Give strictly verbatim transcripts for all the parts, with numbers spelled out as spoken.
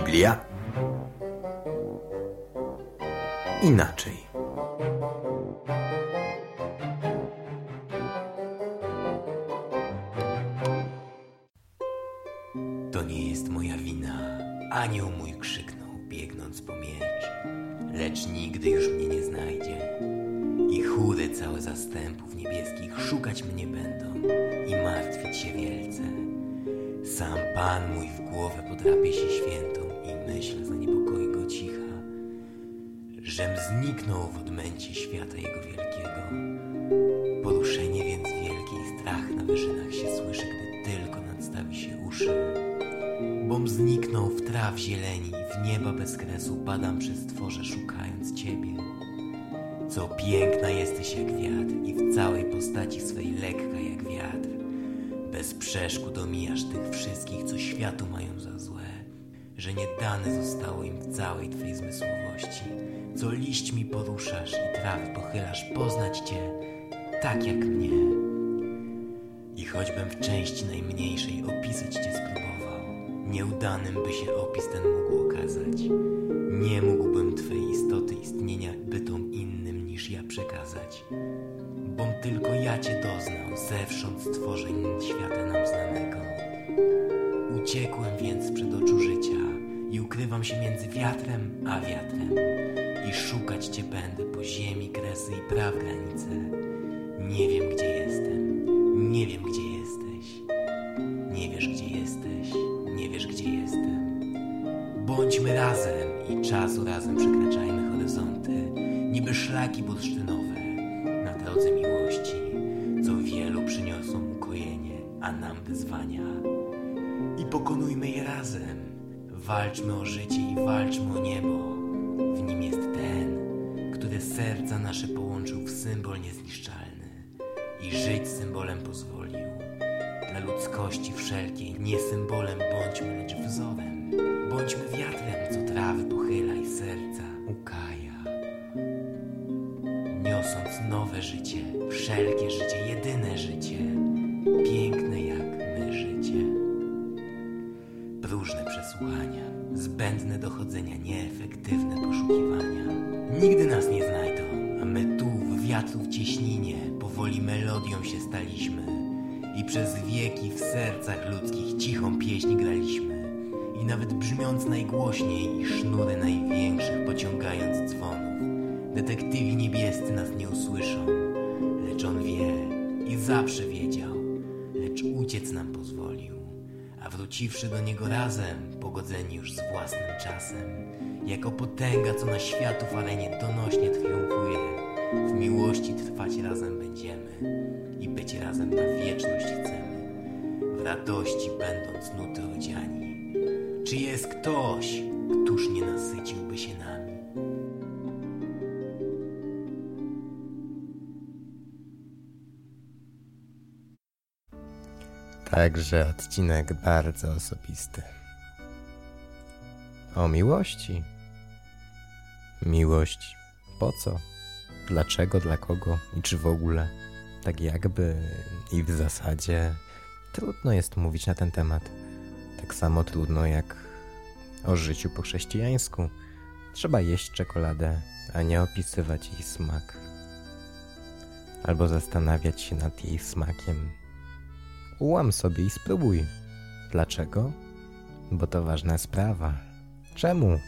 Biblia inaczej. To nie jest moja wina. Anioł mój krzyknął, biegnąc po miecz, lecz nigdy już mnie nie znajdzie. I chóry całe zastępów niebieskich szukać mnie będą i martwić się wielce. Sam Pan mój w głowę podrapie się świętą i myśl zaniepokoi go cicha, żem zniknął w odmęcie świata jego wielkiego. Poruszenie więc wielkie i strach na wyżynach się słyszy, gdy tylko nadstawi się uszy. Bom zniknął w traw zieleni i w nieba bez kresu padam przez tworze, szukając Ciebie. Co piękna jesteś jak wiatr i w całej postaci swej lekka jak wiatr. Bez przeszkód omijasz tych wszystkich, co światu mają za złe, że nie dane zostało im w całej Twej zmysłowości. Co liśćmi poruszasz i trawy pochylasz, poznać Cię tak jak mnie. I choćbym w części najmniejszej opisać Cię spróbował, nieudanym by się opis ten mógł okazać. Nie mógłbym Twej istoty istnienia bytom innym niż ja przekazać, bom tylko ja Cię doznał zewsząd stworzeń świata nam znanego. Uciekłem więc przed oczu życia i ukrywam się między wiatrem a wiatrem i szukać Cię będę po ziemi kresy i praw granice. Nie wiem gdzie jestem, nie wiem gdzie jesteś, nie wiesz gdzie jesteś, nie wiesz gdzie jestem. Bądźmy razem i czasu razem przekraczajmy horyzonty, niby szlaki bursztynowe na drodze miłości, co wielu przyniosą ukojenie, a nam wyzwania. I pokonujmy je razem, walczmy o życie i walczmy o niebo. W nim jest ten, który serca nasze połączył w symbol niezniszczalny i żyć symbolem pozwolił. Dla ludzkości wszelkiej nie symbolem bądźmy, lecz wzorem. Bądźmy wiatrem, co trawy pochyla i serca ukaja, niosąc nowe życie, wszelkie życie, jedyne życie, piękne jak my życie. Próżne przesłuchania, zbędne dochodzenia, nieefektywne poszukiwania nigdy nas nie znajdą, a my tu w wiatru w cieśninie powoli melodią się staliśmy i przez wieki w sercach ludzkich cichą pieśń graliśmy. I nawet brzmiąc najgłośniej i sznury największych pociągając dzwonów, detektywi niebiescy nas nie usłyszą, lecz on wie i zawsze wiedział, lecz uciec nam pozwolił, a wróciwszy do niego razem, pogodzeni już z własnym czasem, jako potęga, co na światu w arenie donośnie triumfuje, w miłości trwać razem będziemy i być razem na wieczność chcemy, w radości będąc nuty odziani. Czy jest ktoś, któż nie nasyciłby się nami? Także odcinek bardzo osobisty. O miłości. Miłość po co? Dlaczego? Dla kogo? I czy w ogóle? Tak jakby i w zasadzie trudno jest mówić na ten temat. Tak samo trudno jak o życiu po chrześcijańsku. Trzeba jeść czekoladę, a nie opisywać jej smak. Albo zastanawiać się nad jej smakiem. Ułam sobie i spróbuj. Dlaczego? Bo to ważna sprawa. Czemu?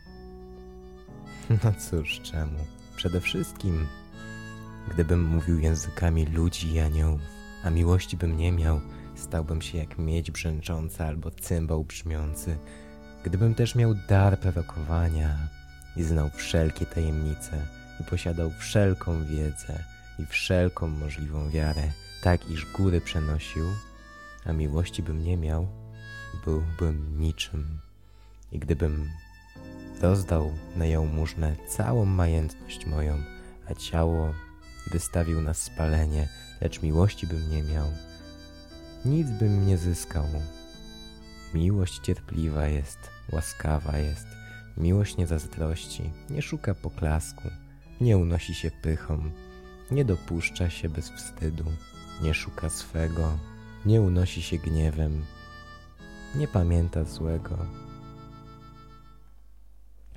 No cóż, czemu? Przede wszystkim, gdybym mówił językami ludzi i aniołów, a miłości bym nie miał, stałbym się jak miedź brzęcząca albo cymbał brzmiący. Gdybym też miał dar prorokowania i znał wszelkie tajemnice i posiadał wszelką wiedzę i wszelką możliwą wiarę, tak iż góry przenosił, a miłości bym nie miał, byłbym niczym. I gdybym rozdał na jałmużnę całą majętność moją, a ciało wystawił na spalenie, lecz miłości bym nie miał, nic bym nie zyskał. Miłość cierpliwa jest, łaskawa jest, miłość nie zazdrości, nie szuka poklasku, nie unosi się pychą, nie dopuszcza się bez wstydu, nie szuka swego, nie unosi się gniewem, nie pamięta złego,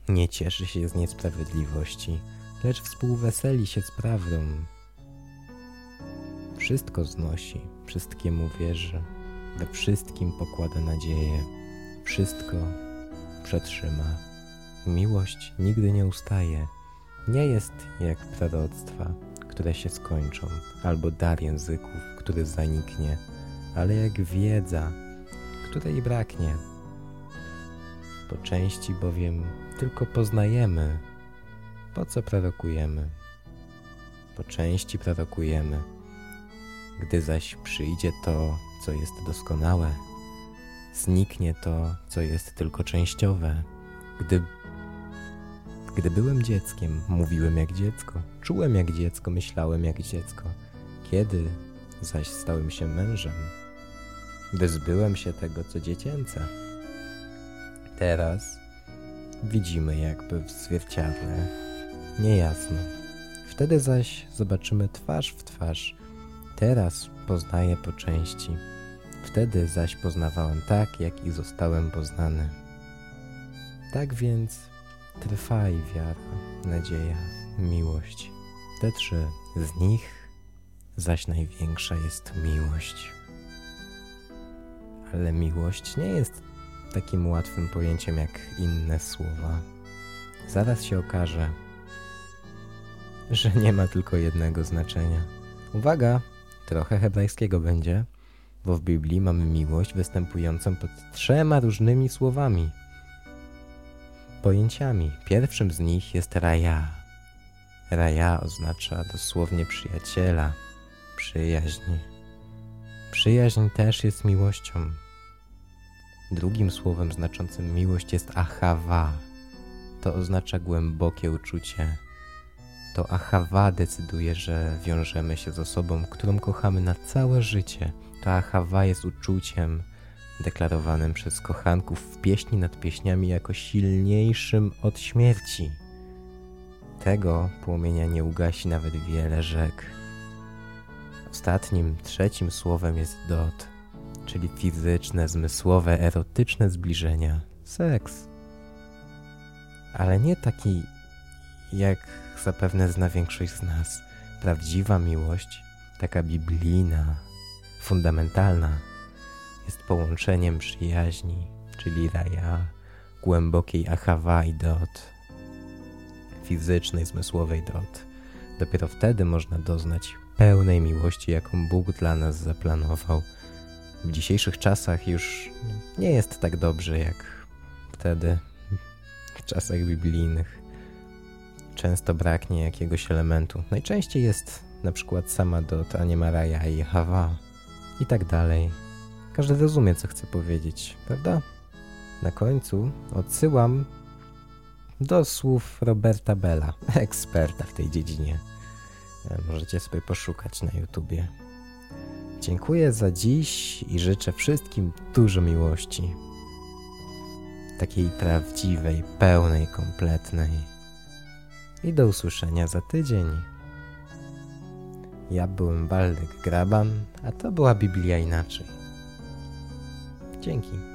Nie cieszy się z niesprawiedliwości, lecz współweseli się z prawdą. Wszystko znosi, wszystkiemu wierzy, we wszystkim pokłada nadzieję, wszystko przetrzyma. Miłość nigdy nie ustaje, nie jest jak proroctwa, które się skończą, albo dar języków, który zaniknie, ale jak wiedza, której braknie. Po części bowiem tylko poznajemy, po co prorokujemy. Po części prorokujemy, gdy zaś przyjdzie to, co jest doskonałe, zniknie to, co jest tylko częściowe. Gdy, gdy byłem dzieckiem, mówiłem jak dziecko, czułem jak dziecko, myślałem jak dziecko. Kiedy zaś stałem się mężem, wyzbyłem się tego, co dziecięce. Teraz widzimy jakby w zwierciadle, niejasno. Wtedy zaś zobaczymy twarz w twarz. Teraz poznaję po części. Wtedy zaś poznawałem tak, jak i zostałem poznany. Tak więc trwaj wiara, nadzieja, miłość. Te trzy z nich zaś największa jest miłość. Ale miłość nie jest takim łatwym pojęciem jak inne słowa. Zaraz się okaże, że nie ma tylko jednego znaczenia. Uwaga, trochę hebrajskiego będzie, bo w Biblii mamy miłość występującą pod trzema różnymi słowami, pojęciami. Pierwszym z nich jest raja. Raja oznacza dosłownie przyjaciela, przyjaźń. Przyjaźń też jest miłością. Drugim słowem znaczącym miłość jest achawa. To oznacza głębokie uczucie. To achawa decyduje, że wiążemy się z osobą, którą kochamy na całe życie. To achawa jest uczuciem deklarowanym przez kochanków w pieśni nad pieśniami jako silniejszym od śmierci. Tego płomienia nie ugasi nawet wiele rzek. Ostatnim, trzecim słowem jest dot, czyli fizyczne, zmysłowe, erotyczne zbliżenia, seks. Ale nie taki, jak zapewne zna większość z nas. Prawdziwa miłość, taka biblijna, fundamentalna, jest połączeniem przyjaźni, czyli raja, głębokiej achawa i dot, fizycznej, zmysłowej dot. Dopiero wtedy można doznać pełnej miłości, jaką Bóg dla nas zaplanował. W dzisiejszych czasach już nie jest tak dobrze jak wtedy, w czasach biblijnych. Często braknie jakiegoś elementu. Najczęściej jest na przykład sama dot, a nie ma raja i hawa i tak dalej. Każdy rozumie, co chcę powiedzieć, prawda? Na końcu odsyłam do słów Roberta Bella, eksperta w tej dziedzinie. Możecie sobie poszukać na YouTubie. Dziękuję za dziś i życzę wszystkim dużo miłości. Takiej prawdziwej, pełnej, kompletnej. I do usłyszenia za tydzień. Ja byłem Waldek Graban, a to była Biblia inaczej. Dzięki.